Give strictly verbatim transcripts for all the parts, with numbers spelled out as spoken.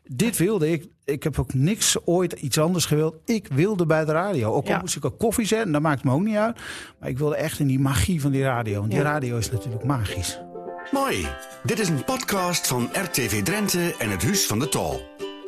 dit wilde ik. Ik heb ook niks ooit iets anders gewild. Ik wilde bij de radio. Ook al Ja. moest ik een koffie zetten, dat maakt me ook niet uit. Maar ik wilde echt in die magie van die radio. Want die Ja. radio is natuurlijk magisch. Mooi. Dit is een podcast van R T V Drenthe en het Huis van de Tol.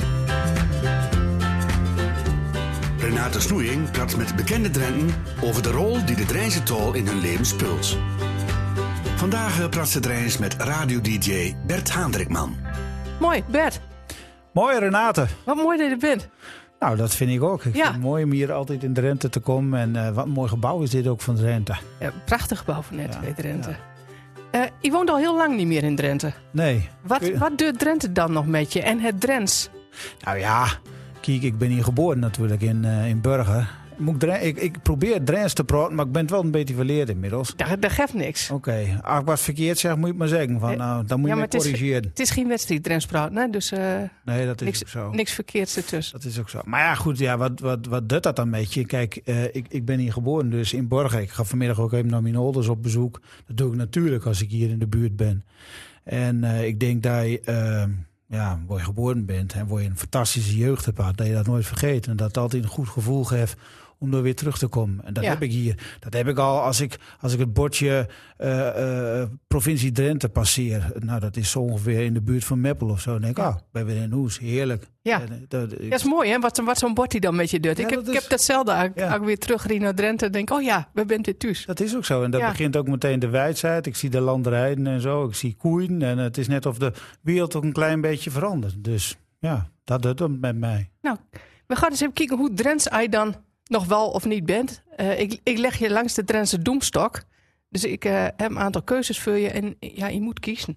Renate Snoeing praat met bekende Drenten over de rol die de Drijnse Tol in hun leven speelt. Vandaag praat ze Drijns met radio-d J Bert Haandrikman. Mooi, Bert. Mooi, Renate. Wat mooi dat je er bent. Nou, dat vind ik ook. Ik Ja. vind het mooi om hier altijd in Drenthe te komen. En uh, wat een mooi gebouw is dit ook van Drenthe. Ja, prachtig gebouw van net Ja, bij Drenthe. ja. Eh, je woont al heel lang niet meer in Drenthe. Nee. Wat, Kun je- wat doet Drenthe dan nog met je? En het Drents? Nou ja, kijk, ik ben hier geboren natuurlijk in, uh, in Burger. Moet ik, Dre- ik, ik probeer Drents te praten, maar ik ben het wel een beetje verleerd inmiddels. Dat, dat geeft niks. Oké, als ik wat verkeerd zeg, moet je het maar zeggen. Van, Eh, nou, dan moet je ja, me maar het is- corrigeren. Het is geen wedstrijd Drents praten, hè? Dus eh, Nee, dat is niks, ook zo. niks verkeerds ertussen. Dat is ook zo. Maar ja, goed, ja, wat, wat, wat doet dat dan met je? Kijk, uh, ik, ik ben hier geboren, dus in Borgen. Ik ga vanmiddag ook even naar mijn ouders op bezoek. Dat doe ik natuurlijk als ik hier in de buurt ben. En uh, ik denk dat je, uh, ja, waar je geboren bent en waar je een fantastische jeugd hebt gehad, dat je dat nooit vergeet. En dat het altijd een goed gevoel geeft om er weer terug te komen. En dat Ja. heb ik hier. Dat heb ik al als ik, als ik het bordje uh, uh, provincie Drenthe passeer. Nou, dat is zo ongeveer in de buurt van Meppel of zo. Dan denk ik, Ja. ah, ik ben weer in Hoes. Heerlijk. Ja. En, dat, ik- Dat is mooi, hè? Wat, wat zo'n bordje dan met je doet. Ja, ik, heb, dat ik is- heb datzelfde. Als ik- Ja. als ik weer terug naar Drenthe, denk ik, oh ja, we bent weer thuis. Dat is ook zo. En dat Ja. begint ook meteen de wijdheid. Ik zie de landerijen en zo. Ik zie koeien. En het is net of de wereld ook een klein beetje verandert. Dus ja, dat doet het met mij. Nou, we gaan eens even kijken hoe Drents hij dan nog wel of niet bent. Eh, ik, ik leg je langs de Drentse doemstok. Dus ik uh, heb een aantal keuzes voor je en ja, je moet kiezen.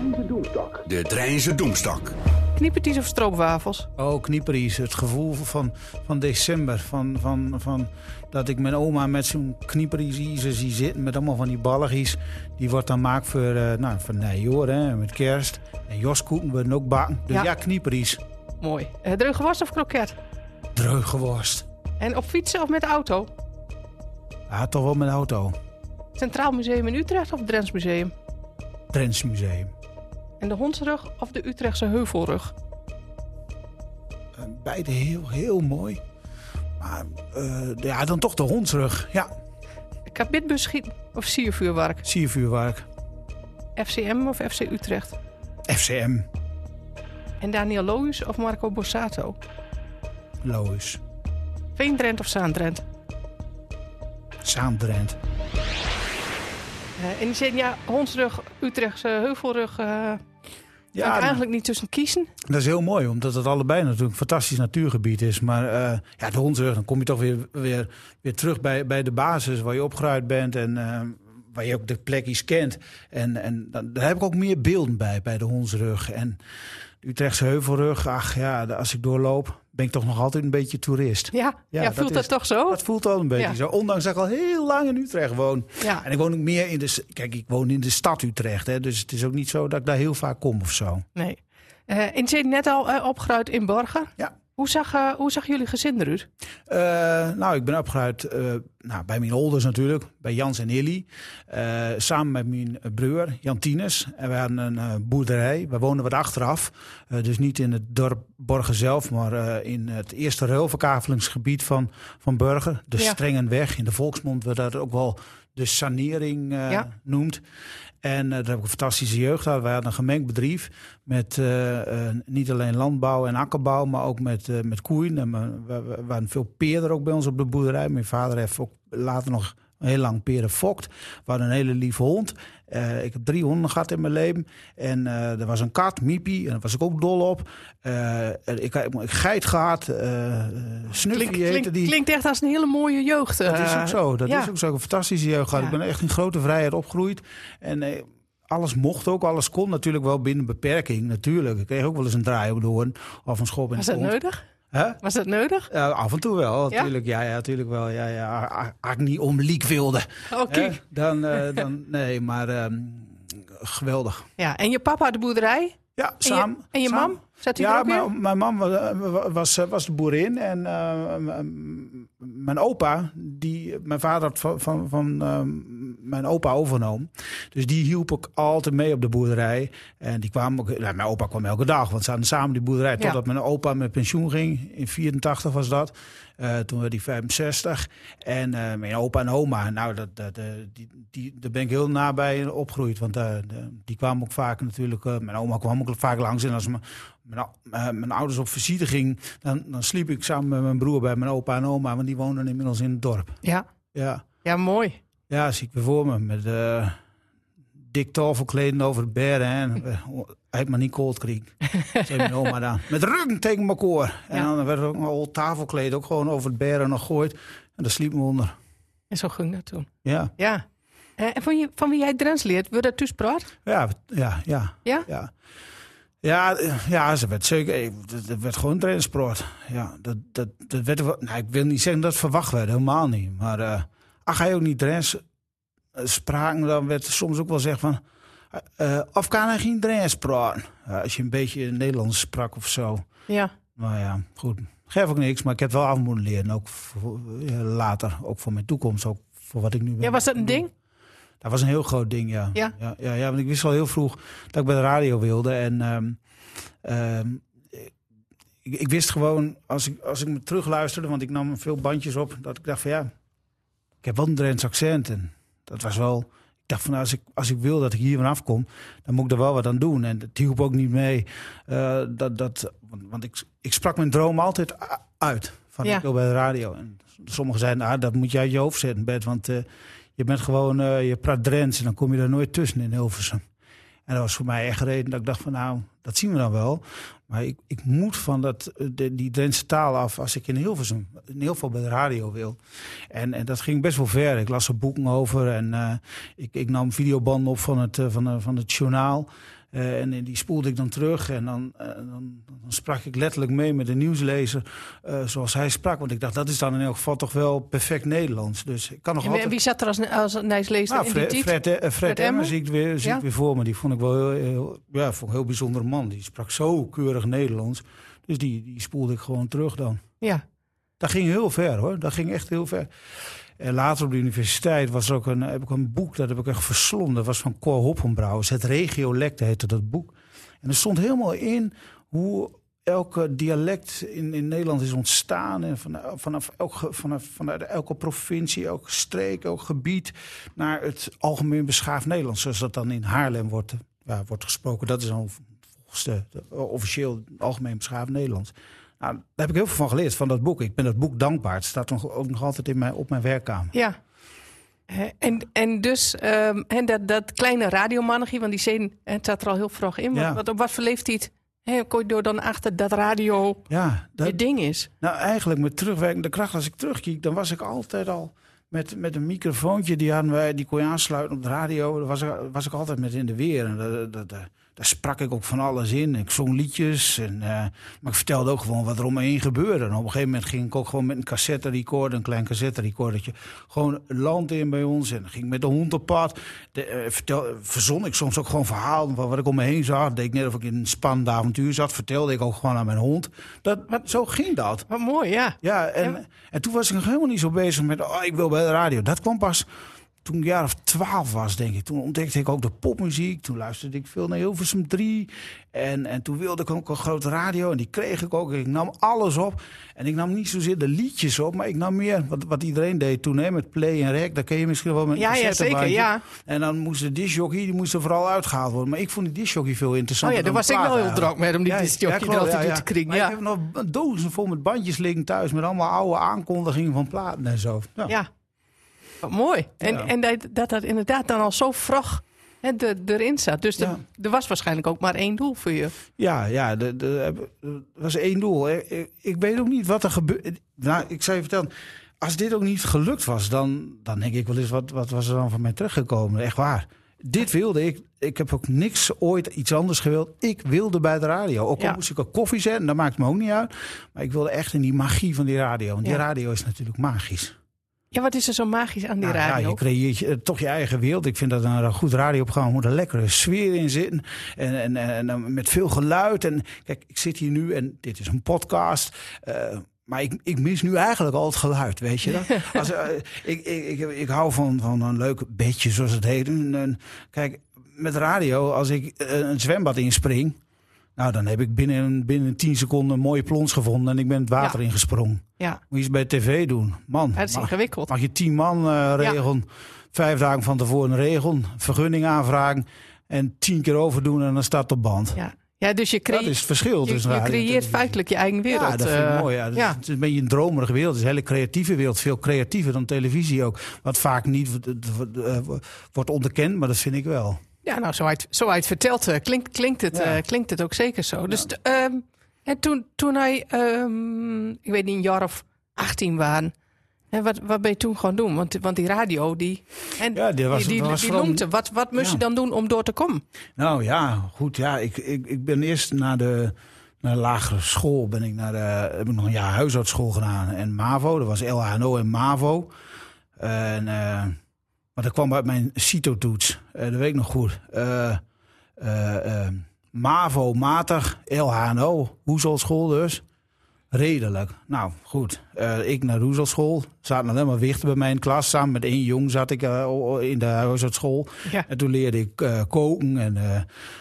De Drijnse Doemstok. Kniepertjes of stroopwafels? Oh, knieperies. Het gevoel van, van december. Van, van, van dat ik mijn oma met zo'n knieperies hier zie zitten. Met allemaal van die balligjes. Die wordt dan gemaakt voor, uh, nou, voor Nijjoor, hè, met kerst. En joskoeken worden ook bakken. Dus Ja. ja, knieperies. Mooi. Uh, Dreugeworst of kroket? Dreugeworst. En op fietsen of met de auto? Ja, toch wel met de auto. Centraal Museum in Utrecht of Drents Museum? Drents Museum. En de Hondsrug of de Utrechtse Heuvelrug? Uh, beide heel, heel mooi. Maar uh, ja, dan toch de hondsrug. Ja, Kabitbus schieten of siervuurwerk? siervuurwerk. F C M of F C Utrecht? F C M. En Daniel Lohuis of Marco Borsato? Lois. Veendrent of Zaandrent? Zaandrent. Uh, en die zeggen, ja, Hondsrug, Utrechtse Heuvelrug... Uh, ja, kan ik Ja, eigenlijk niet tussen kiezen. dat is heel mooi, omdat het allebei natuurlijk een fantastisch natuurgebied is. Maar uh, ja, de hondsrug, dan kom je toch weer, weer, weer terug bij, bij de basis waar je opgegroeid bent en uh, waar je ook de plekjes kent. En, en dan, daar heb ik ook meer beelden bij, bij de hondsrug. En de Utrechtse Heuvelrug, ach ja, als ik doorloop, ben ik toch nog altijd een beetje toerist. Ja, ja, dat voelt dat, is- toch zo? Dat voelt al een beetje Ja. zo, ondanks dat ik al heel lang in Utrecht woon. Ja. En ik woon ook meer in de... Kijk, ik woon in de stad Utrecht, hè, dus het is ook niet zo dat ik daar heel vaak kom of zo. Nee. Uh, en je zit net al uh, opgeruimd in Borgen. Ja. Hoe zag, uh, hoe zag jullie gezin eruit? Uh, nou, ik ben opgeruimd uh, nou, bij mijn ouders natuurlijk, bij Jans en Hilly. Uh, samen met mijn broer, Jan Tinus. En we hadden een uh, boerderij. We woonden wat achteraf. Uh, dus niet in het dorp Borgen zelf, maar uh, in het eerste ruilverkavelingsgebied van, van Burger. De Ja. Strengenweg. In de volksmond wordt dat ook wel de sanering uh, Ja. noemt. En uh, daar heb ik een fantastische jeugd gehad. Wij hadden een gemengd bedrijf met uh, uh, niet alleen landbouw en akkerbouw, maar ook met, uh, met koeien. En we, we, we waren veel peerder ook bij ons op de boerderij. Mijn vader heeft ook later nog heel lang peren fokt. We hadden een hele lieve hond. Uh, ik heb drie honden gehad in mijn leven. En uh, er was een kat, Miepie, en daar was ik ook dol op. Uh, ik heb een geit gehad, uh, Snuffy Klink, heette klink, die. klinkt echt als een hele mooie jeugd. Dat is uh, ook zo. Dat ja. is ook zo. Een fantastische jeugd gehad. Ja. Ik ben echt in grote vrijheid opgegroeid. En eh, alles mocht ook, alles kon natuurlijk wel binnen beperking. Natuurlijk. Ik kreeg ook wel eens een draai op de hoorn of een schop in Was de dat kont. nodig? Hè? Was dat nodig? Ja, af en toe wel, Ja? natuurlijk. Ja, ja, natuurlijk wel. Ja, ja. Als ik niet om liek wilde, Oké. hè, dan, uh, dan nee, maar um, geweldig. Ja, en je papa had de boerderij? Ja, En je, samen. en je samen. mam? Zat hij er Ja, ook in? mijn, mijn mam was, was, was de boerin. En uh, mijn opa, die, mijn vader had van, van, van uh, mijn opa overgenomen. Dus die hielp ik altijd mee op de boerderij. En die kwam ook, nou, mijn opa kwam elke dag, want ze hadden samen die boerderij. Totdat ja. mijn opa met pensioen ging. In vierentachtig was dat. Uh, toen werd hij vijfenzestig. En uh, mijn opa en oma, nou, dat, dat, uh, die, die, daar ben ik heel nabij opgegroeid. Want uh, de, die kwamen ook vaak natuurlijk... Uh, mijn oma kwam ook vaak langs. En als mijn, mijn, uh, mijn ouders op visite gingen... Dan, dan sliep ik samen met mijn broer bij mijn opa en oma. Want die woonden inmiddels in het dorp. Ja, ja. ja mooi. Ja, zie ik weer voor me. Met uh, dik tafelkleden over het beren. En uh, hij maar niet koud kreeg. Zei mijn oma dan. Met ruggen tegen mijn koor. En ja. dan werd er ook een oud tafelkleed ook gewoon over het beren nog gegooid. En daar sliep me onder. En zo ging dat toen. Ja. Ja. En van, je, van wie jij Drents leert, wordt dat thuis praat? Ja, ja, ja. Ja? Ja. Ja, ja, ze werd zeker. Dat werd gewoon Drents praat. Ja, dat, dat, dat werd. Nou, ik wil niet zeggen dat het verwacht werd, helemaal niet. Maar uh, ach, ga je ook niet Drents spraken, dan werd soms ook wel gezegd van. Uh, of kan hij geen Drents praten? Uh, als je een beetje Nederlands sprak of zo. Ja. Maar ja, goed. Geef ook niks, maar ik heb wel af moeten leren. Ook voor, uh, later, ook voor mijn toekomst, ook voor wat ik nu ben. Ja, was dat een ding? Dat was een heel groot ding, ja. Ja? Ja, ja, ja, want ik wist al heel vroeg dat ik bij de radio wilde. En um, um, ik, ik wist gewoon, als ik, als ik me terugluisterde, want ik nam veel bandjes op, dat ik dacht van ja, ik heb wel een Drents accent. En dat was wel, ik dacht van als ik, als ik wil dat ik hier vanaf kom, dan moet ik er wel wat aan doen. En het hielp ook niet mee. Uh, dat, dat, want want ik, ik sprak mijn droom altijd uit, van ja. ik wil bij de radio. En sommigen zeiden, ah, dat moet je uit je hoofd zetten, Bert, want... Uh, Je bent gewoon, uh, je praat Drents en dan kom je er nooit tussen in Hilversum. En dat was voor mij echt reden dat ik dacht van nou, dat zien we dan wel. Maar ik, ik moet van dat, de, die Drentse taal af als ik in Hilversum, in ieder geval bij de radio wil. En, en dat ging best wel ver. Ik las er boeken over en uh, ik, ik nam videobanden op van het, uh, van, uh, van het journaal. Uh, en die spoelde ik dan terug en dan, uh, dan, dan sprak ik letterlijk mee met de nieuwslezer uh, zoals hij sprak. Want ik dacht, dat is dan in elk geval toch wel perfect Nederlands. Dus ik kan nog en altijd... wie zat er als, als nieuwslezer nou, in Fred, die Fred, Fred, Fred Emmer zie ik weer, zie ja? ik weer voor me. Die vond ik wel heel, heel, ja, vond ik een heel bijzondere man. Die sprak zo keurig Nederlands. Dus die, die spoelde ik gewoon terug dan. Ja. Dat ging heel ver hoor, dat ging echt heel ver. En later op de universiteit was er ook een, heb ik een boek, dat heb ik echt verslonden. Dat was van Cor Hoppenbrouwers. Het Regiolect heette dat boek. En er stond helemaal in hoe elke dialect in, in Nederland is ontstaan. En vanaf, vanaf, elk, vanaf vanuit elke provincie, elke streek, elk gebied... naar het algemeen beschaafd Nederlands. Zoals dat dan in Haarlem wordt, ja, wordt gesproken. Dat is dan volgens de, de, officieel algemeen beschaafd Nederlands. Nou, daar heb ik heel veel van geleerd, van dat boek. Ik ben dat boek dankbaar. Het staat nog, ook nog altijd in mijn, op mijn werkkamer. Ja. En, en dus um, en dat, dat kleine radiomannetje, want die zin, het zat er al heel vroeg in. Ja. Wat, op wat voor leeftijd he, kon je door dan achter dat radio ja, dat, het ding is? Nou, eigenlijk met terugwerkende kracht, als ik terugkijk, dan was ik altijd al met, met een microfoontje. Die hadden wij, die kon je aansluiten op de radio. Daar was ik, was ik altijd met in de weer. En dat, dat, dat, daar sprak ik ook van alles in. Ik zong liedjes. En, uh, maar ik vertelde ook gewoon wat er om me heen gebeurde. En op een gegeven moment ging ik ook gewoon met een cassette recorder, een klein cassette recordertje, gewoon land in bij ons. En dan ging ik met de hond op pad. De, uh, vertel, verzon ik soms ook gewoon verhalen van wat ik om me heen zag. Deed ik net of ik in een spannend avontuur zat. Vertelde ik ook gewoon aan mijn hond. Dat, wat, zo ging dat. Wat mooi, ja. Ja, en, ja. en toen was ik nog helemaal niet zo bezig met, oh, ik wil bij de radio. Dat kwam pas toen ik een jaar of twaalf was, denk ik. Toen ontdekte ik ook de popmuziek. Toen luisterde ik veel naar Hilversum drie. En, en toen wilde ik ook een grote radio. En die kreeg ik ook. Ik nam alles op. En ik nam niet zozeer de liedjes op. Maar ik nam meer, wat, wat iedereen deed toen, hè, met play en rec. Dat ken je misschien wel met een ja, ja, zeker, ja. En dan moest de discjockey, die moest er vooral uitgehaald worden. Maar ik vond die discjockey veel interessanter. Oh ja, daar was ik wel heel druk met om die ja, discjockey ja, ja, ja. te krijgen. Maar ja. ik heb nog dozen vol met bandjes liggen thuis. Met allemaal oude aankondigingen van platen en zo. Ja. ja. Wat mooi. En, ja. en dat, dat dat inderdaad dan al zo vroeg he, de, erin zat. Dus ja. er was waarschijnlijk ook maar één doel voor je. Ja, ja, er was één doel. Ik, ik weet ook niet wat er gebeurde. Nou, ik zou je vertellen, als dit ook niet gelukt was, dan, dan denk ik wel eens, wat, wat was er dan van mij teruggekomen? Echt waar. Dit wilde ik. Ik heb ook niks ooit iets anders gewild. Ik wilde bij de radio. Ook al ja. moest ik een koffie zetten, dat maakt me ook niet uit. Maar ik wilde echt in die magie van die radio. Want die ja. radio is natuurlijk magisch. Ja, wat is er zo magisch aan die nou, radio? Ja, je creëert je, toch je eigen wereld. Ik vind dat een goed radioprogramma moet een lekkere sfeer in zitten. En, en, en, en met veel geluid. En kijk, ik zit hier nu en dit is een podcast. Uh, Maar ik, ik mis nu eigenlijk al het geluid, weet je dat? Als, uh, ik, ik, ik, ik hou van, van een leuk bedje, zoals het heet. En, en, kijk, met radio, als ik uh, een zwembad inspring... Nou, dan heb ik binnen, binnen tien seconden een mooie plons gevonden... en ik ben het water ja. ingesprongen. Ja. Moet je eens bij tv doen. Man, dat is mag, ingewikkeld. Mag je tien man uh, regelen, ja. vijf dagen van tevoren regelen... vergunning aanvragen en tien keer overdoen en dan staat het op band. Ja. Ja, dus je creë- dat is het verschil. Je, tussen je creëert feitelijk je eigen wereld. Ja, dat vind ik uh, mooi. Ja. Dat ja. is, het is een beetje een dromerige wereld. Het is een hele creatieve wereld. Veel creatiever dan televisie ook. Wat vaak niet uh, wordt onderkend, maar dat vind ik wel. Ja, nou, zo hij het, zo hij het vertelt, uh, klinkt, klinkt, het, ja. uh, klinkt het ook zeker zo. Ja. Dus t- um, en toen, toen hij, um, ik weet niet, een jaar of achttien waren... En wat, wat ben je toen gaan doen? Want, want die radio, die, en ja, die, was, die, die, was die vooral... loomte. Wat, wat moest ja. je dan doen om door te komen? Nou ja, goed. Ja, ik, ik, ik ben eerst naar de, naar de lagere school. Ben ik naar de, heb ik nog een jaar huisartsschool gedaan. En MAVO, dat was L H N O en MAVO. En, uh, maar dat kwam uit mijn CITO-toets. Uh, dat weet ik nog goed. Uh, uh, uh, MAVO matig, L H N O, Hoezelschool dus. Redelijk. Nou, goed. Uh, ik naar de Hoezelschool. Zaten alleen maar wichten bij mij in de klas. Samen met één jong zat ik uh, in de huisartsschool. Ja. En toen leerde ik uh, koken en uh,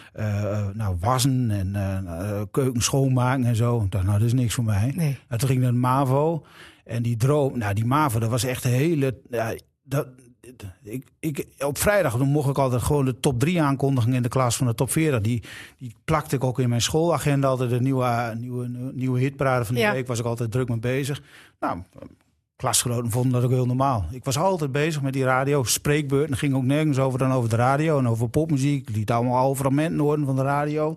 uh, nou, wassen en uh, keuken schoonmaken en zo. Ik dacht, nou, dat is niks voor mij. Nee. En toen ging ik naar de MAVO. En die droom, nou, die MAVO, dat was echt een hele... Ja, dat, Ik, ik, op vrijdag dan mocht ik altijd gewoon de top drie aankondigingen in de klas van de top veertig. Die, die plakte ik ook in mijn schoolagenda. Altijd de nieuwe, nieuwe, nieuwe hitparade van de ja. week was ik altijd druk mee bezig. Nou, klasgenoten vonden dat ook heel normaal. Ik was altijd bezig met die radio, spreekbeurt. En ging ook nergens over dan over de radio en over popmuziek. Ik liet allemaal al fragmenten horen van de radio.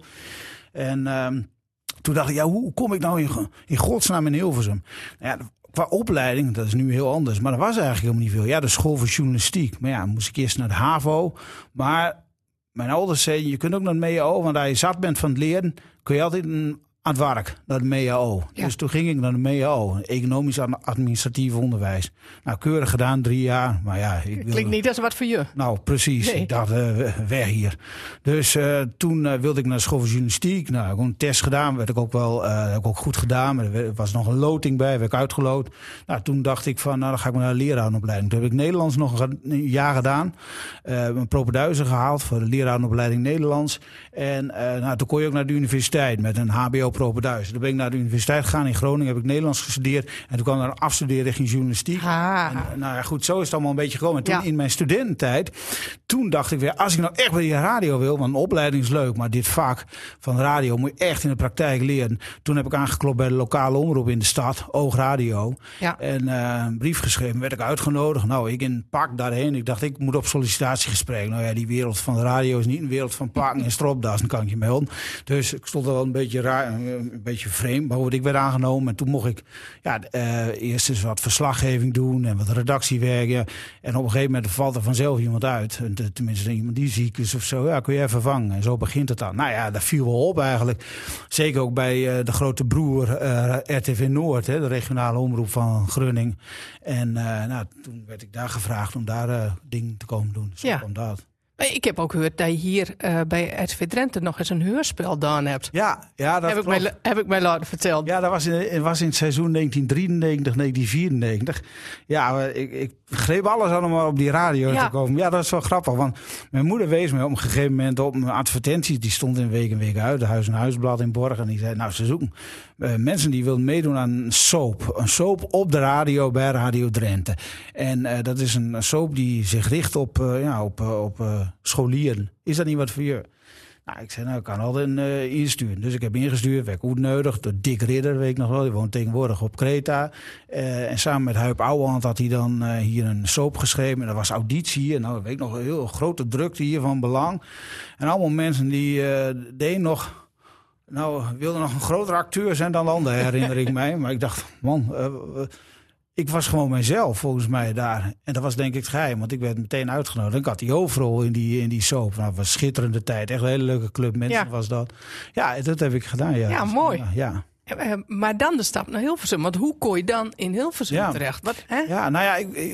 En um, toen dacht ik, ja, hoe kom ik nou in, in godsnaam in Hilversum? Nou ja, qua opleiding, dat is nu heel anders. Maar dat was eigenlijk helemaal niet veel. Ja, de school voor journalistiek. Maar ja, moest ik eerst naar de HAVO. Maar mijn ouders zeiden, je kunt ook naar het M E A O. Want als je zat bent van het leren, kun je altijd een, aan het werk naar het M E A O. Ja. Dus toen ging ik naar de M E A O. Economisch administratief onderwijs. Nou, keurig gedaan, drie jaar. Maar ja, ik wilde... Klinkt niet als wat voor je. Nou, precies. Nee. Ik dacht, uh, weg hier. Dus uh, toen uh, wilde ik naar de school voor journalistiek. Nou, ik heb een test gedaan. Werd ik ook wel uh, heb ik ook goed gedaan. Maar er was nog een loting bij. Werd ik uitgeloot. Nou, toen dacht ik van, nou, dan ga ik maar naar de leraaropleiding. Toen heb ik Nederlands nog een jaar gedaan. Uh, een propeduizen gehaald voor de leraaropleiding Nederlands. En uh, nou, toen kon je ook naar de universiteit met een H B O propeduizen. Toen ben ik naar de universiteit gegaan in Groningen. Heb ik Nederlands gestudeerd. En toen kwam er een afstuderen richting journalistiek. Ah. En, nou ja, goed, zo is het allemaal een beetje gekomen. En toen ja. in mijn studententijd, toen dacht ik weer, als ik nou echt bij die radio wil, want een opleiding is leuk, maar dit vak van radio moet je echt in de praktijk leren. Toen heb ik aangeklopt bij de lokale omroep in de stad, Oogradio. Ja. En uh, een brief geschreven, werd ik uitgenodigd. Nou, ik in pak daarheen. Ik dacht, ik moet op sollicitatiegesprek. Nou ja, die wereld van de radio is niet een wereld van pakken en stropdassen, kan ik je melden. Dus ik stond er wel een beetje raar, een beetje vreemd, maar ik werd aangenomen. En toen mocht ik ja, uh, eerst eens wat verslaggeving doen en wat redactiewerk. Ja. En op een gegeven moment valt er vanzelf iemand uit. Tenminste, iemand die ziek is of zo. Ja, kun je even vervangen. En zo begint het dan. Nou ja, dat viel wel op eigenlijk. Zeker ook bij uh, de grote broer uh, R T V Noord, hè, de regionale omroep van Grunning. En uh, nou, toen werd ik daar gevraagd om daar uh, dingen te komen doen. Zo ja. kwam dat. Ik heb ook gehoord dat je hier uh, bij R T V Drenthe nog eens een heurspel gedaan hebt. Ja, ja dat heb ik, mij, heb ik mij laten verteld. Ja, dat was in, was in het seizoen negentien drieënnegentig, negentien vierennegentig. Ja, ik, ik greep alles aan om op die radio ja. te komen. Ja, dat is wel grappig. Want mijn moeder wees me op een gegeven moment op een advertentie. Die stond in Week en Week uit. De Huis en Huisblad in Borg. En die zei, nou, ze zoeken uh, mensen die wilden meedoen aan een soap. Een soap op de radio bij Radio Drenthe. En uh, dat is een soap die zich richt op, uh, ja, op, uh, op uh, scholieren. Is dat niet wat voor je? Nou, ik zei, nou, ik kan altijd uh, insturen. Dus ik heb ingestuurd, werd goed nodig. Door Dick Ridder, weet ik nog wel. Die woont tegenwoordig op Kreta. Uh, en samen met Huip Ouwehand had hij dan uh, hier een soap geschreven. En dat was auditie. En nou, weet ik nog, een heel grote drukte hier van belang. En allemaal mensen die uh, deden nog... Nou, wilden nog een grotere acteur zijn dan de andere, herinner ik mij. Maar ik dacht, man... Uh, uh, Ik was gewoon mijzelf, volgens mij, daar. En dat was denk ik het geheim, want ik werd meteen uitgenodigd. Ik had die hoofdrol in die, in die soap. Nou, dat was schitterende tijd. Echt een hele leuke club mensen ja. was dat. Ja, dat heb ik gedaan, ja. Ja, mooi. Ja, ja. Uh, maar dan de stap naar Hilversum. Want hoe kon je dan in Hilversum ja. terecht? Wat, hè? Ja, nou ja, ik, uh,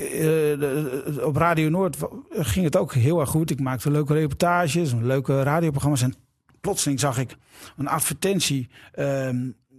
de, op Radio Noord ging het ook heel erg goed. Ik maakte leuke reportages, leuke radioprogramma's. En plotseling zag ik een advertentie... Um,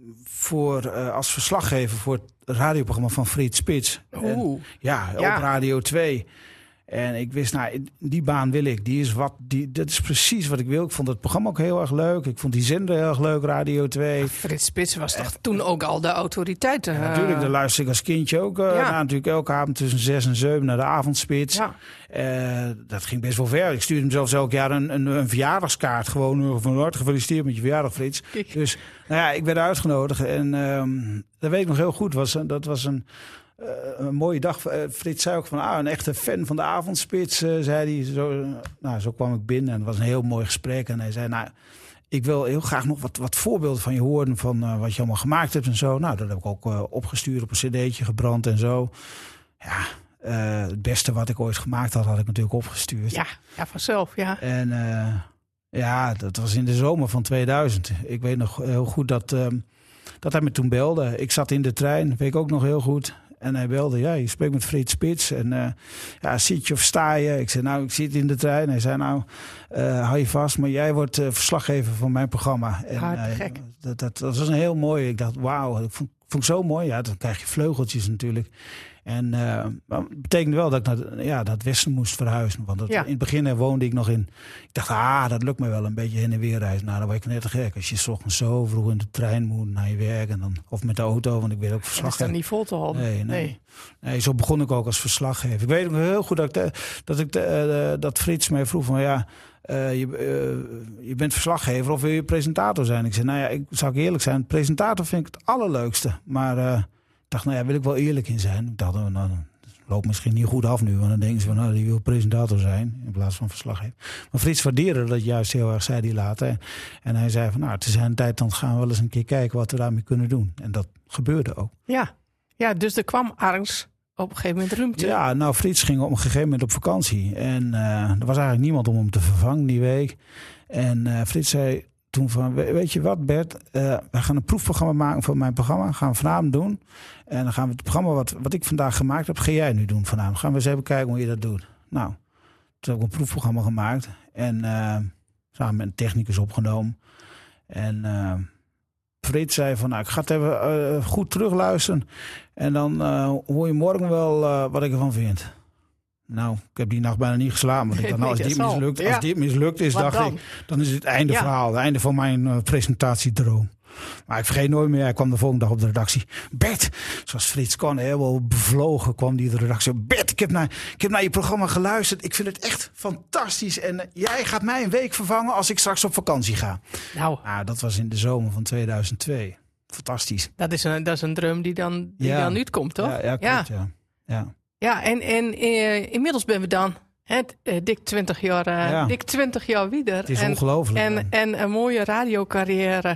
voor, uh, als verslaggever voor het radioprogramma van Frits Spits. Oeh. En, ja, ja, op Radio twee. En ik wist, nou, die baan wil ik. Die is wat, die, dat is precies wat ik wil. Ik vond het programma ook heel erg leuk. Ik vond die zender heel erg leuk, Radio twee. Ja, Frits Spits was toch toen ook al de autoriteit? Uh... Ja, natuurlijk, daar luister ik als kindje ook. Uh, ja. nou, natuurlijk elke avond tussen zes en zeven naar de avondspits. Ja. Uh, dat ging best wel ver. Ik stuurde hem zelfs elk jaar een, een, een verjaardagskaart. Gewoon van harte gefeliciteerd met je verjaardag, Frits. Kijk. Dus nou ja, ik werd uitgenodigd. En um, dat weet ik nog heel goed. Was, dat was een... Uh, een mooie dag. Uh, Frits zei ook van, ah, een echte fan van de avondspits, uh, zei hij. Zo, uh, nou, zo kwam ik binnen en het was een heel mooi gesprek. En hij zei, nou, ik wil heel graag nog wat, wat voorbeelden van je horen, van uh, wat je allemaal gemaakt hebt en zo. Nou, dat heb ik ook uh, opgestuurd op een cd'tje, gebrand en zo. Ja, uh, het beste wat ik ooit gemaakt had, had ik natuurlijk opgestuurd. Ja, ja vanzelf, ja. En uh, ja, dat was in de zomer van tweeduizend. Ik weet nog heel goed dat, uh, dat hij me toen belde. Ik zat in de trein, weet ik ook nog heel goed. En hij belde, ja, je spreekt met Frits Spits. En uh, ja, zit je of sta je? Ik zei, nou, ik zit in de trein. Hij zei, nou, uh, hou je vast, maar jij wordt uh, verslaggever van mijn programma. En, Hard, uh, gek. Dat, dat, dat was een heel mooi. Ik dacht, wauw, dat vond, vond ik zo mooi. Ja, dan krijg je vleugeltjes natuurlijk. En uh, dat betekende wel dat ik naar ja, dat westen moest verhuizen. Want dat, ja. in het begin woonde ik nog in... Ik dacht, ah, dat lukt me wel, een beetje heen en weer reizen. Nou, dan word ik net te gek. Als je 's ochtends zo vroeg in de trein moet naar je werk. En dan, of met de auto, want ik weet ook verslaggever. Dat is dan niet vol te houden. Nee, nee. nee. nee, zo begon ik ook als verslaggever. Ik weet ook heel goed dat, ik de, dat, ik de, uh, dat Frits mij vroeg van... ja. Uh, je, uh, je bent verslaggever of wil je presentator zijn? Ik zei, nou ja, ik zou ik eerlijk zijn. Presentator vind ik het allerleukste. Maar uh, ik dacht, nou ja, wil ik wel eerlijk in zijn. Ik dacht, nou, het loopt misschien niet goed af nu. Want dan denken ze van, nou, die wil presentator zijn. In plaats van verslaggever. Maar Frits waardeerde dat juist heel erg, zei hij later. En, en hij zei van, nou, het is een tijd, dan gaan we wel eens een keer kijken wat we daarmee kunnen doen. En dat gebeurde ook. Ja, ja, dus er kwam ergens op een gegeven moment ruimte. Ja, nou, Frits ging op een gegeven moment op vakantie. En uh, er was eigenlijk niemand om hem te vervangen die week. En uh, Frits zei toen van, weet je wat Bert, uh, we gaan een proefprogramma maken voor mijn programma. Gaan we vanavond doen. En dan gaan we het programma wat, wat ik vandaag gemaakt heb, ga jij nu doen vanavond. Gaan we eens even kijken hoe je dat doet. Nou, toen heb ik een proefprogramma gemaakt. En uh, samen met een technicus opgenomen. En... Uh, Frits zei van, nou, ik ga het even uh, goed terugluisteren. En dan uh, hoor je morgen wel uh, wat ik ervan vind. Nou, ik heb die nacht bijna niet geslapen. Want ik dacht, nou, als, dit mislukt, ja. als dit mislukt is, wat dacht dan? ik, dan is het einde ja. verhaal. Het einde van mijn uh, presentatiedroom. Maar ik vergeet nooit meer, hij kwam de volgende dag op de redactie. Bert, zoals Frits kon, helemaal bevlogen kwam die de redactie. Bert, ik heb, naar, ik heb naar je programma geluisterd. Ik vind het echt fantastisch. En uh, jij gaat mij een week vervangen als ik straks op vakantie ga. Nou, nou dat was in de zomer van tweeduizend twee. Fantastisch. Dat is een, dat is een droom die dan, die ja. dan uitkomt, toch? Ja, ja, klopt, ja. ja. ja. Ja, en, en uh, inmiddels ben we dan hè, uh, dik twintig jaar, uh, ja. dik twintig jaar wieder. Het is en, ongelooflijk. En, en een mooie radiocarrière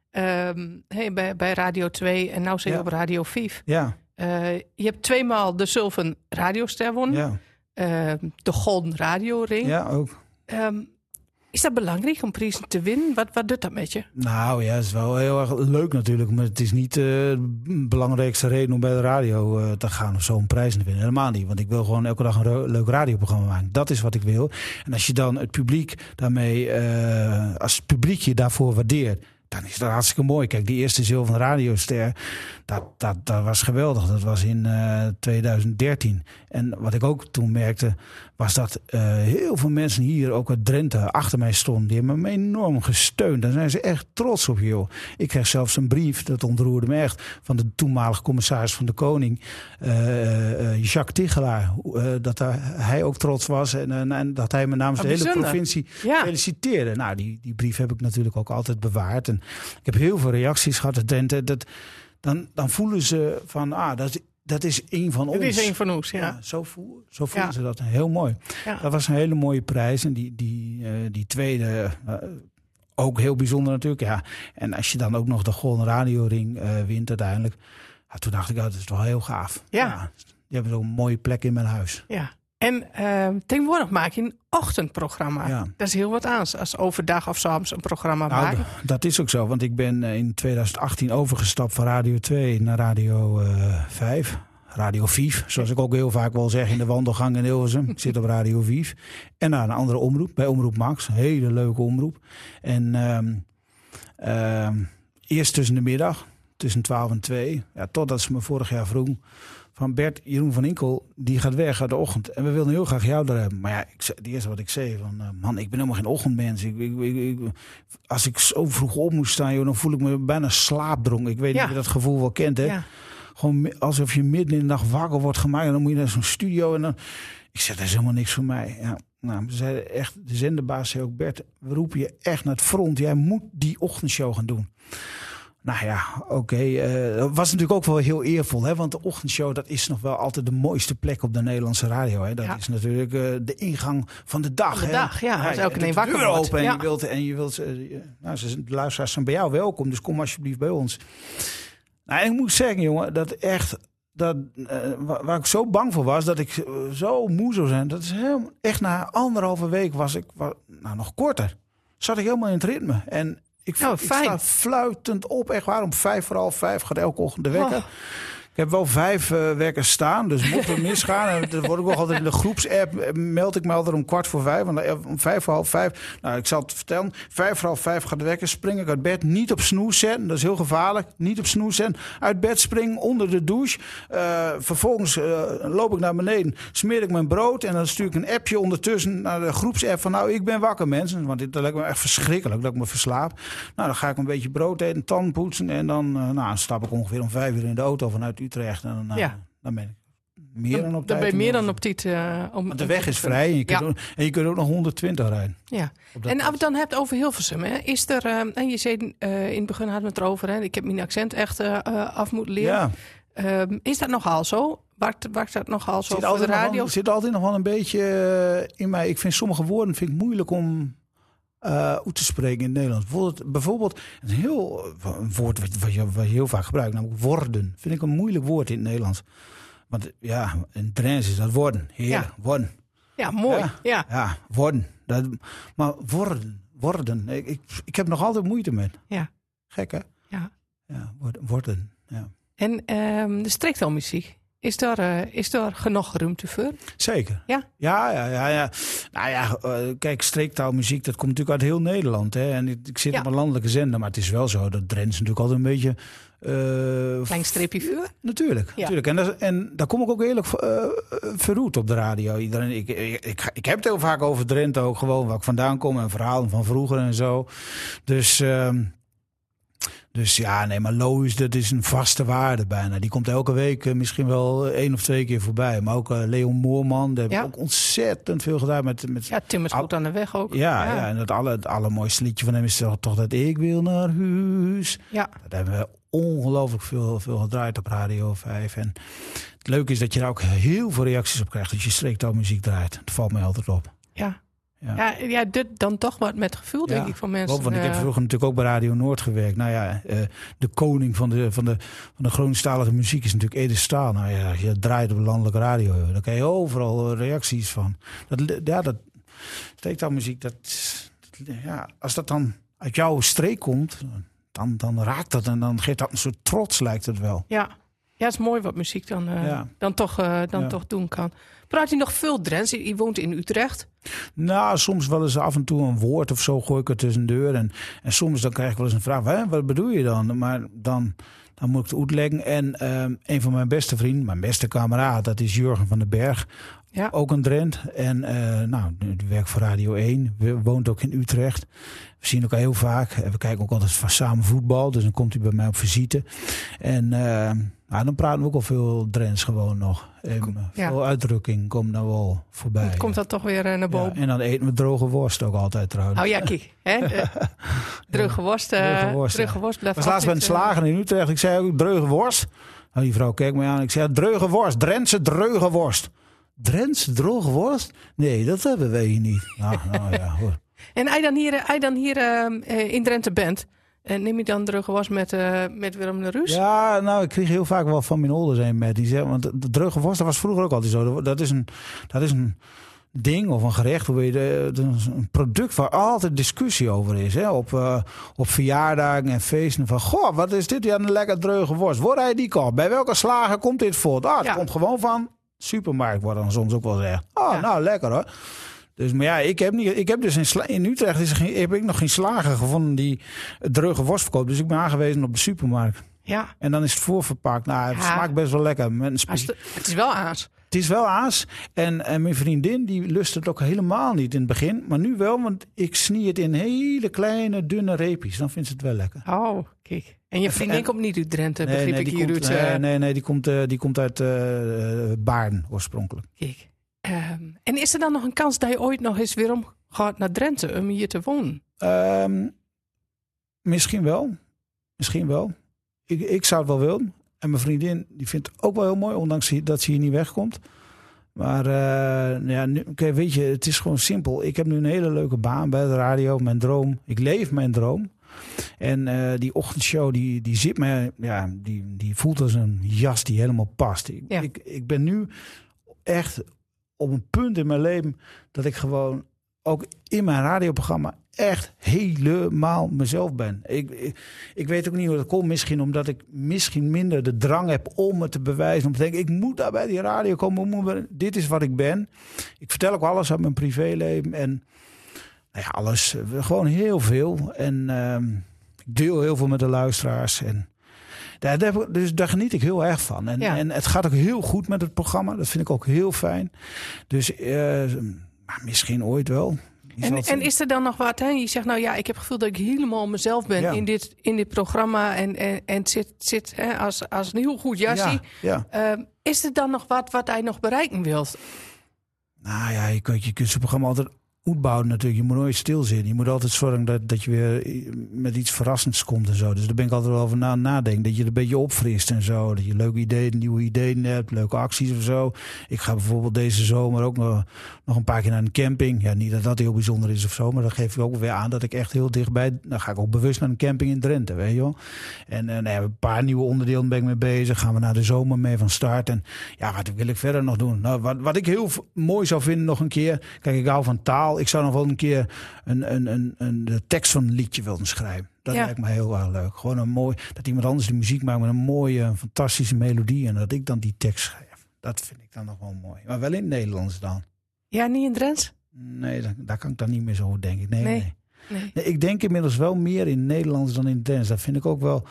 um, hey, bij, bij Radio twee en nu zit je ja. op Radio vijf. Ja. Uh, je hebt tweemaal de Zilveren Radioster gewonnen. Ja. Uh, de Golden Radio Ring. Ja, ook. Um, is dat belangrijk om prijzen te winnen? Wat, wat doet dat met je? Nou ja, het is wel heel erg leuk natuurlijk. Maar het is niet uh, de belangrijkste reden om bij de radio uh, te gaan of zo een prijs te winnen. Helemaal niet. Want ik wil gewoon elke dag een ro- leuk radioprogramma maken. Dat is wat ik wil. En als je dan het publiek daarmee, uh, als het publiek je daarvoor waardeert, dan is dat hartstikke mooi. Kijk, die eerste Zilveren Radioster, dat, dat, dat was geweldig. Dat was in uh, tweeduizend dertien. En wat ik ook toen merkte, was dat uh, heel veel mensen hier, ook uit Drenthe, achter mij stonden. Die hebben me enorm gesteund. Daar zijn ze echt trots op, joh. Ik kreeg zelfs een brief, dat ontroerde me echt, van de toenmalige commissaris van de Koning, uh, uh, Jacques Tigelaar. Uh, dat uh, hij ook trots was en, uh, en dat hij me namens oh, de hele provincie ja. feliciteerde. Nou, die, die brief heb ik natuurlijk ook altijd bewaard. En ik heb heel veel reacties gehad uit Drenthe. Dat, dan, dan voelen ze van, ah, dat, dat is één van ons. Dat is één van ons, ja. ja zo voelen, zo voelen ja. ze dat. Heel mooi. Ja. Dat was een hele mooie prijs. En die, die, uh, die tweede, uh, ook heel bijzonder natuurlijk. Ja. En als je dan ook nog de Golden Radio Ring uh, wint uiteindelijk. Ja, toen dacht ik, oh, dat is wel heel gaaf. Ja. ja die hebben zo'n mooie plek in mijn huis. Ja. En uh, tegenwoordig maak je een ochtendprogramma. Ja. Dat is heel wat aan als overdag of 's avonds een programma nou, maken. Dat is ook zo, want ik ben in tweeduizend achttien overgestapt van Radio twee naar Radio uh, vijf. Radio vijf, zoals ik ook heel vaak wel zeg in de wandelgang in Hilversum. Ik zit op Radio vijf. En naar een andere omroep, bij Omroep Max. Een hele leuke omroep. En... Um, um, eerst tussen de middag, tussen twaalf en twee. Ja, totdat ze me vorig jaar vroeg van Bert, Jeroen van Inkel, die gaat weg uit de ochtend. En we willen heel graag jou daar hebben. Maar ja, ik, het eerste wat ik zei, van uh, man, ik ben helemaal geen ochtendmens. Ik, ik, ik, ik, als ik zo vroeg op moest staan, joh, dan voel ik me bijna slaapdronken. Ik weet ja. niet of je dat gevoel wel kent, hè? Ja. Gewoon alsof je midden in de nacht wakker wordt gemaakt. En dan moet je naar zo'n studio. En dan, ik zeg, dat is helemaal niks voor mij. Ja. Nou, ze zeiden echt, de zenderbaas zei ook, Bert, we roepen je echt naar het front. Jij moet die ochtendshow gaan doen. Nou ja, oké. Okay. Uh, dat was natuurlijk ook wel heel eervol. Hè? Want de ochtendshow, dat is nog wel altijd de mooiste plek op de Nederlandse radio. Hè? Dat ja. is natuurlijk uh, de ingang van de dag. Van de hè? dag, ja. ja als elke een wakker wordt. Open en ja. je wilt, en je wilt uh, nou, de luisteraars zijn bij jou welkom. Dus kom alsjeblieft bij ons. Nou, en ik moet zeggen, jongen, dat echt... Dat, uh, waar, waar ik zo bang voor was, dat ik uh, zo moe zou zijn. Dat is helemaal, echt na anderhalve week was ik, was, nou nog korter, zat ik helemaal in het ritme. En ik, oh, ik sta fluitend op, echt waar, om vijf voor half vijf gaat elke ochtend de wekker. Oh. Ik heb wel vijf uh, wekkers staan, dus mocht er misgaan. En dan word ik ook altijd in de groepsapp, meld ik me altijd om kwart voor vijf. Want om vijf voor half vijf, nou ik zal het vertellen. Vijf voor half vijf gaat de wekker, spring ik uit bed. Niet op snoes zetten, dat is heel gevaarlijk. Niet op snoes zetten. Uit bed springen, onder de douche. Uh, vervolgens uh, loop ik naar beneden, smeer ik mijn brood. En dan stuur ik een appje ondertussen naar de groepsapp van nou, ik ben wakker mensen. Want dit, dat lijkt me echt verschrikkelijk dat ik me verslaap. Nou, dan ga ik een beetje brood eten, tanden poetsen. En dan uh, nou, stap ik ongeveer om vijf uur in de auto vanuit Utrecht. En dan, ja. dan ben ik meer dan op tijd. Dan ben je meer dan op tijd. Uh, om, Want de weg is vrij en je kunt, ja. ook, en je kunt ook nog honderdtwintig rijden. Ja. En als we dan hebt over Hilversum. Hè, is er, uh, en je zei uh, in het begin hadden we het erover. Hè, ik heb mijn accent echt uh, af moeten leren. Ja. Uh, is dat nogal zo? Werkt, werkt dat nogal zo voor de radio? Het zit altijd nog wel een beetje uh, in mij. Ik vind sommige woorden vind ik moeilijk om... Uh, uit te spreken in het Nederlands. Bijvoorbeeld, bijvoorbeeld een heel een woord wat, wat, je, wat je heel vaak gebruikt, namelijk worden. Vind ik een moeilijk woord in het Nederlands. Want ja, in Drents is dat worden. Heer, ja. worden. Ja, mooi. Ja, ja. ja worden. Dat, maar worden, worden. Ik, ik, ik heb nog altijd moeite met. Ja. Gek, hè? Ja. Ja, worden. worden ja. En um, de streektelmuziek. Is daar, uh, is daar genoeg ruimte voor? Zeker. Ja? Ja, ja, ja. ja. Nou ja, uh, kijk, streektaalmuziek, dat komt natuurlijk uit heel Nederland. Hè? En ik, ik zit ja. op een landelijke zender, maar het is wel zo dat Drents natuurlijk altijd een beetje... Uh, Klein streepje vuur? Natuurlijk, ja. natuurlijk. En, dat, en daar kom ik ook eerlijk uh, verroet op de radio. Iedereen, ik, ik, ik, ik heb het heel vaak over Drenthe ook gewoon, waar ik vandaan kom en verhalen van vroeger en zo. Dus... Uh, Dus ja, nee, maar Loos, dat is een vaste waarde bijna. Die komt elke week uh, misschien wel één of twee keer voorbij. Maar ook uh, Leon Moorman, daar heb ik ja. ook ontzettend veel gedaan. Met, met ja, Tim is goed aan de weg ook. Ja, ja. ja en het, alle, het allermooiste liedje van hem is toch, toch dat Ik wil naar huis. Ja. Dat hebben we ongelooflijk veel, veel gedraaid op Radio vijf. En het leuke is dat je daar ook heel veel reacties op krijgt als je streektaalmuziek draait. Dat valt mij altijd op. Ja. Ja, ja, ja dit dan toch wat met gevoel, denk ja, ik, van mensen. Klopt, want ik heb vroeger natuurlijk ook bij Radio Noord gewerkt. Nou ja, uh, de koning van de, van de, van de Groningstalige muziek is natuurlijk Ede Staal. Nou ja, je draait op landelijke radio. Daar krijg je overal reacties van. Dat, ja, dat streektaalmuziek, dat, dat, ja, als dat dan uit jouw streek komt, dan, dan raakt dat en dan geeft dat een soort trots, lijkt het wel. Ja, ja het is mooi wat muziek dan, uh, ja. dan, toch, uh, dan ja. toch doen kan. Praat je nog veel Drents? Je woont in Utrecht. Nou, soms wel eens af en toe een woord of zo gooi ik er tussendoor. En, en soms dan krijg ik wel eens een vraag. Hè, wat bedoel je dan? Maar dan, dan moet ik het uitleggen. En um, een van mijn beste vrienden, mijn beste kameraad, dat is Jurgen van den Berg. Ja. Ook een Drent. En uh, nou, die werkt voor Radio één. We woont ook in Utrecht. We zien elkaar heel vaak. We kijken ook altijd van samen voetbal. Dus dan komt hij bij mij op visite. En uh, nou, dan praten we ook al veel Drents gewoon nog. En ja. Veel uitdrukking komt nou wel voorbij. Komt dat toch weer uh, naar boven? Ja, en dan eten we droge worst ook altijd trouwens. Oh ja, kijk. Hè? Uh, droge worst. Uh, droge worst, droge worst blijft ik was laatst bij een slager in Utrecht. Ik zei ook droge worst. Nou, die vrouw keek me aan. Ik zei droge worst. Drentse droge worst. Drentse droge worst? Nee, dat hebben wij hier niet. Nou, nou ja, hoor. En als je dan hier, als je dan hier uh, in Drenthe bent, uh, neem je dan droge worst met, uh, met Willem de Ruus? Ja, nou, ik kreeg heel vaak wel van mijn ouders een met. Die zeggen, want de droge worst, dat was vroeger ook altijd zo. Dat is een, dat is een ding of een gerecht, hoe weet je, een product waar altijd discussie over is. Hè? Op, uh, op verjaardagen en feesten. Van, goh, wat is dit? Ja, een lekker droge worst. Waar hij die kop? Bij welke slager komt dit voort? Ah, het ja. komt gewoon van supermarkt, wordt dan soms ook wel gezegd. Oh, ja. nou, lekker hoor. Dus, maar ja, ik heb, niet, ik heb dus in, Sla- in Utrecht is er geen, heb ik nog geen slager gevonden die drugge worst verkoopt. Dus ik ben aangewezen op de supermarkt. Ja. En dan is het voorverpakt. Nou, het Ja. smaakt best wel lekker. Met een spe- Het, het is wel aas. het is wel aas. En, en mijn vriendin die lust het ook helemaal niet in het begin. Maar nu wel, want ik snie het in hele kleine, dunne reepjes. Dan vindt ze het wel lekker. Oh, kijk. En je vriendin En- komt niet uit Drenthe, Nee, begreep nee, ik die hier komt, uit. nee, eh, nee, nee, die komt, uh, die komt uit uh, Baarn oorspronkelijk. Kijk. Um, en is er dan nog een kans dat je ooit nog eens weer om gaat naar Drenthe om hier te wonen? Um, misschien wel. Misschien wel. Ik, ik zou het wel willen. En mijn vriendin die vindt het ook wel heel mooi, ondanks dat ze hier niet wegkomt. Maar uh, ja, nu, okay, weet je, het is gewoon simpel. Ik heb nu een hele leuke baan bij de radio, mijn droom. Ik leef mijn droom. En uh, die ochtendshow, die, die zit mij, ja, die, die voelt als een jas die helemaal past. Ik, Ja. ik, ik ben nu echt op een punt in mijn leven dat ik gewoon ook in mijn radioprogramma echt helemaal mezelf ben. Ik, ik, ik weet ook niet hoe dat komt. Misschien omdat ik misschien minder de drang heb om me te bewijzen. Om te denken, ik moet daar bij die radio komen. Moet me, dit is wat ik ben. Ik vertel ook alles uit mijn privéleven. En nou ja, alles. Gewoon heel veel. En uh, ik deel heel veel met de luisteraars. En daar, daar, dus daar geniet ik heel erg van. En, Ja. en het gaat ook heel goed met het programma. Dat vind ik ook heel fijn. Dus uh, maar misschien ooit wel. En, en is er dan nog wat? Hè? Je zegt nou ja, ik heb het gevoel dat ik helemaal mezelf ben Ja. in, dit, in dit programma. En, en, en het zit, zit hè, als, als een heel goed jasje. Ja, ja. Uh, is er dan nog wat wat hij nog bereiken wilt? Nou ja, je kunt, je kunt zo'n programma altijd uitbouwen natuurlijk. Je moet nooit stilzitten. Je moet altijd zorgen dat, dat je weer met iets verrassends komt en zo. Dus daar ben ik altijd wel over na nadenken. Dat je het een beetje opfrist en zo. Dat je leuke ideeën, nieuwe ideeën hebt, leuke acties of zo. Ik ga bijvoorbeeld deze zomer ook nog, nog een paar keer naar een camping. Ja, niet dat dat heel bijzonder is of zo, maar dat geef ik ook weer aan dat ik echt heel dichtbij... Dan ga ik ook bewust naar een camping in Drenthe, weet je wel. En, en nou ja, een paar nieuwe onderdelen ben ik mee bezig. Gaan we naar de zomer mee van start. En ja, wat wil ik verder nog doen? Nou, wat, wat ik heel mooi zou vinden nog een keer... Kijk, ik hou van taal. Ik zou nog wel een keer een, een, een, een, de tekst van een liedje willen schrijven. Dat Ja. lijkt me heel erg leuk. Gewoon een mooi... Dat iemand anders de muziek maakt met een mooie, fantastische melodie. En dat ik dan die tekst schrijf. Dat vind ik dan nog wel mooi. Maar wel in het Nederlands dan. Ja, niet in Drents? Nee, daar, daar kan ik dan niet meer zo denk ik. Nee, nee. Nee. nee. Nee. nee ik denk inmiddels wel meer in het Nederlands dan in het Drents. Dat vind ik ook wel...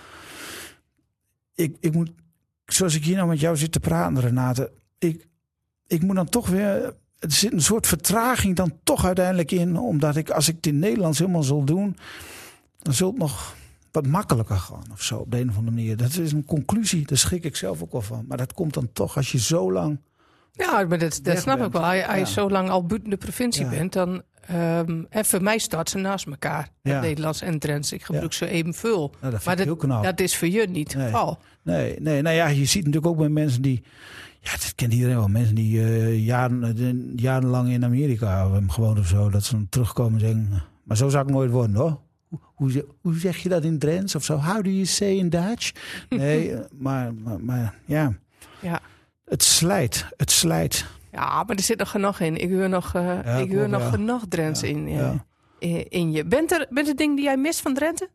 Ik, ik moet... Zoals ik hier nou met jou zit te praten, Renate. Ik, ik moet dan toch weer... Er zit een soort vertraging dan toch uiteindelijk in. Omdat ik, als ik het in het Nederlands helemaal zal doen... dan zult het nog wat makkelijker gaan of zo. Op de een of andere manier. Dat is een conclusie. Daar schrik ik zelf ook wel van. Maar dat komt dan toch als je zo lang... Ja, maar dat, dat Weg snap bent. ik wel. Als je, als je Ja. zo lang al buiten de provincie Ja. bent, dan... Um, en voor mij staat ze naast elkaar. Ja. Het Nederlands en Drents. Ik gebruik ze evenveel. Nou, dat vind Maar ik heel knap. dat is voor je niet het Nee. geval. Nee, nee, nou ja, je ziet natuurlijk ook bij mensen die... Ja, dat kent iedereen wel. Mensen die uh, jaren, uh, jarenlang in Amerika hebben gewoond of zo. Dat ze dan terugkomen en zeggen... Maar zo zou ik nooit worden, hoor. Hoe, hoe, hoe zeg je dat in Drents of zo? How do you say in Dutch? Nee, uh, maar, maar, maar ja... Ja. Het slijt, het slijt. Ja, maar er zit nog genoeg in. Ik huur nog, uh, Ja, ik huur klopt, nog ja. genoeg Drents Ja, in, uh, ja. in, in je. Bent er, bent er dingen die jij mist van Drenthe?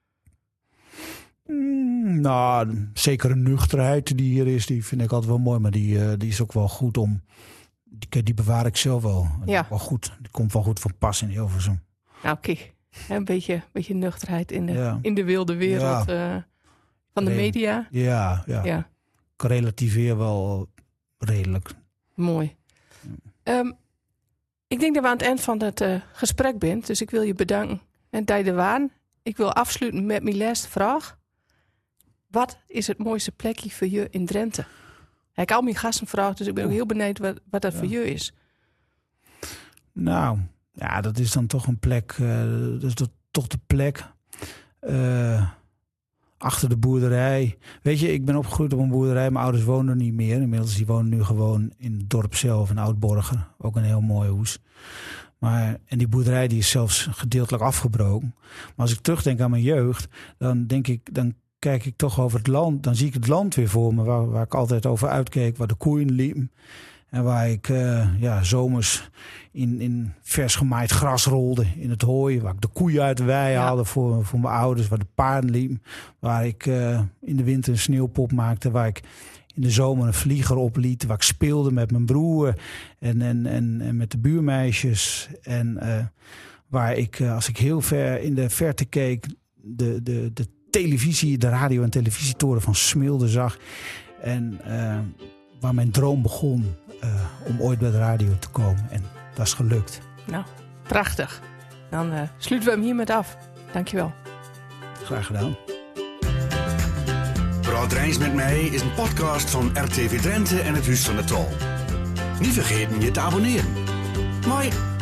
Mm, nou, zeker een nuchterheid die hier is, die vind ik altijd wel mooi. Maar die, uh, die is ook wel goed om... Die, die bewaar ik zelf wel. Die Ja. is wel goed. Die komt wel goed van pas in Hilversum. Nou, kijk. Een beetje, beetje nuchterheid in de, Ja. in de wilde wereld uh, van de Nee. media. Ja, ja. Ja, Ik relativeer wel redelijk. mooi. Um, ik denk dat we aan het eind van het uh, gesprek bent. Dus ik wil je bedanken. En dat je er waren. Ik wil afsluiten met mijn laatste vraag. Wat is het mooiste plekje voor je in Drenthe? Ik heb al mijn gasten gevraagd, dus ik ben ook heel benieuwd wat, wat dat Ja. voor je is. Nou, ja, dat is dan toch een plek. Uh, dat is toch- toch de plek. uh, achter de boerderij. Weet je, ik ben opgegroeid op een boerderij. Mijn ouders wonen er niet meer. Inmiddels die wonen nu gewoon in het dorp zelf, in Oudborgen. Ook een heel mooi huis. Maar, en die boerderij die is zelfs gedeeltelijk afgebroken. Maar als ik terugdenk aan mijn jeugd, dan denk ik, dan kijk ik toch over het land. Dan zie ik het land weer voor me, waar, waar ik altijd over uitkeek, waar de koeien liepen. En waar ik uh, ja, zomers in, in vers gemaaid gras rolde in het hooi. Waar ik de koeien uit de wei haalde ja. voor, voor mijn ouders. Waar de paarden liepen. Waar ik uh, in de winter een sneeuwpop maakte. Waar ik in de zomer een vlieger opliet. Waar ik speelde met mijn broer. En, en, en, en met de buurmeisjes. En uh, waar ik, uh, als ik heel ver in de verte keek... de, de, de televisie, de radio- en televisietoren van Smilde zag. En uh, waar mijn droom begon uh, om ooit bij de radio te komen. En dat is gelukt. Nou, prachtig. Dan uh, sluiten we hem hiermee af. Dankjewel. Graag gedaan. Praat Rijns met mij is een podcast van R T V Drenthe en het Huis van de Tol. Niet vergeten je te abonneren. Mooi.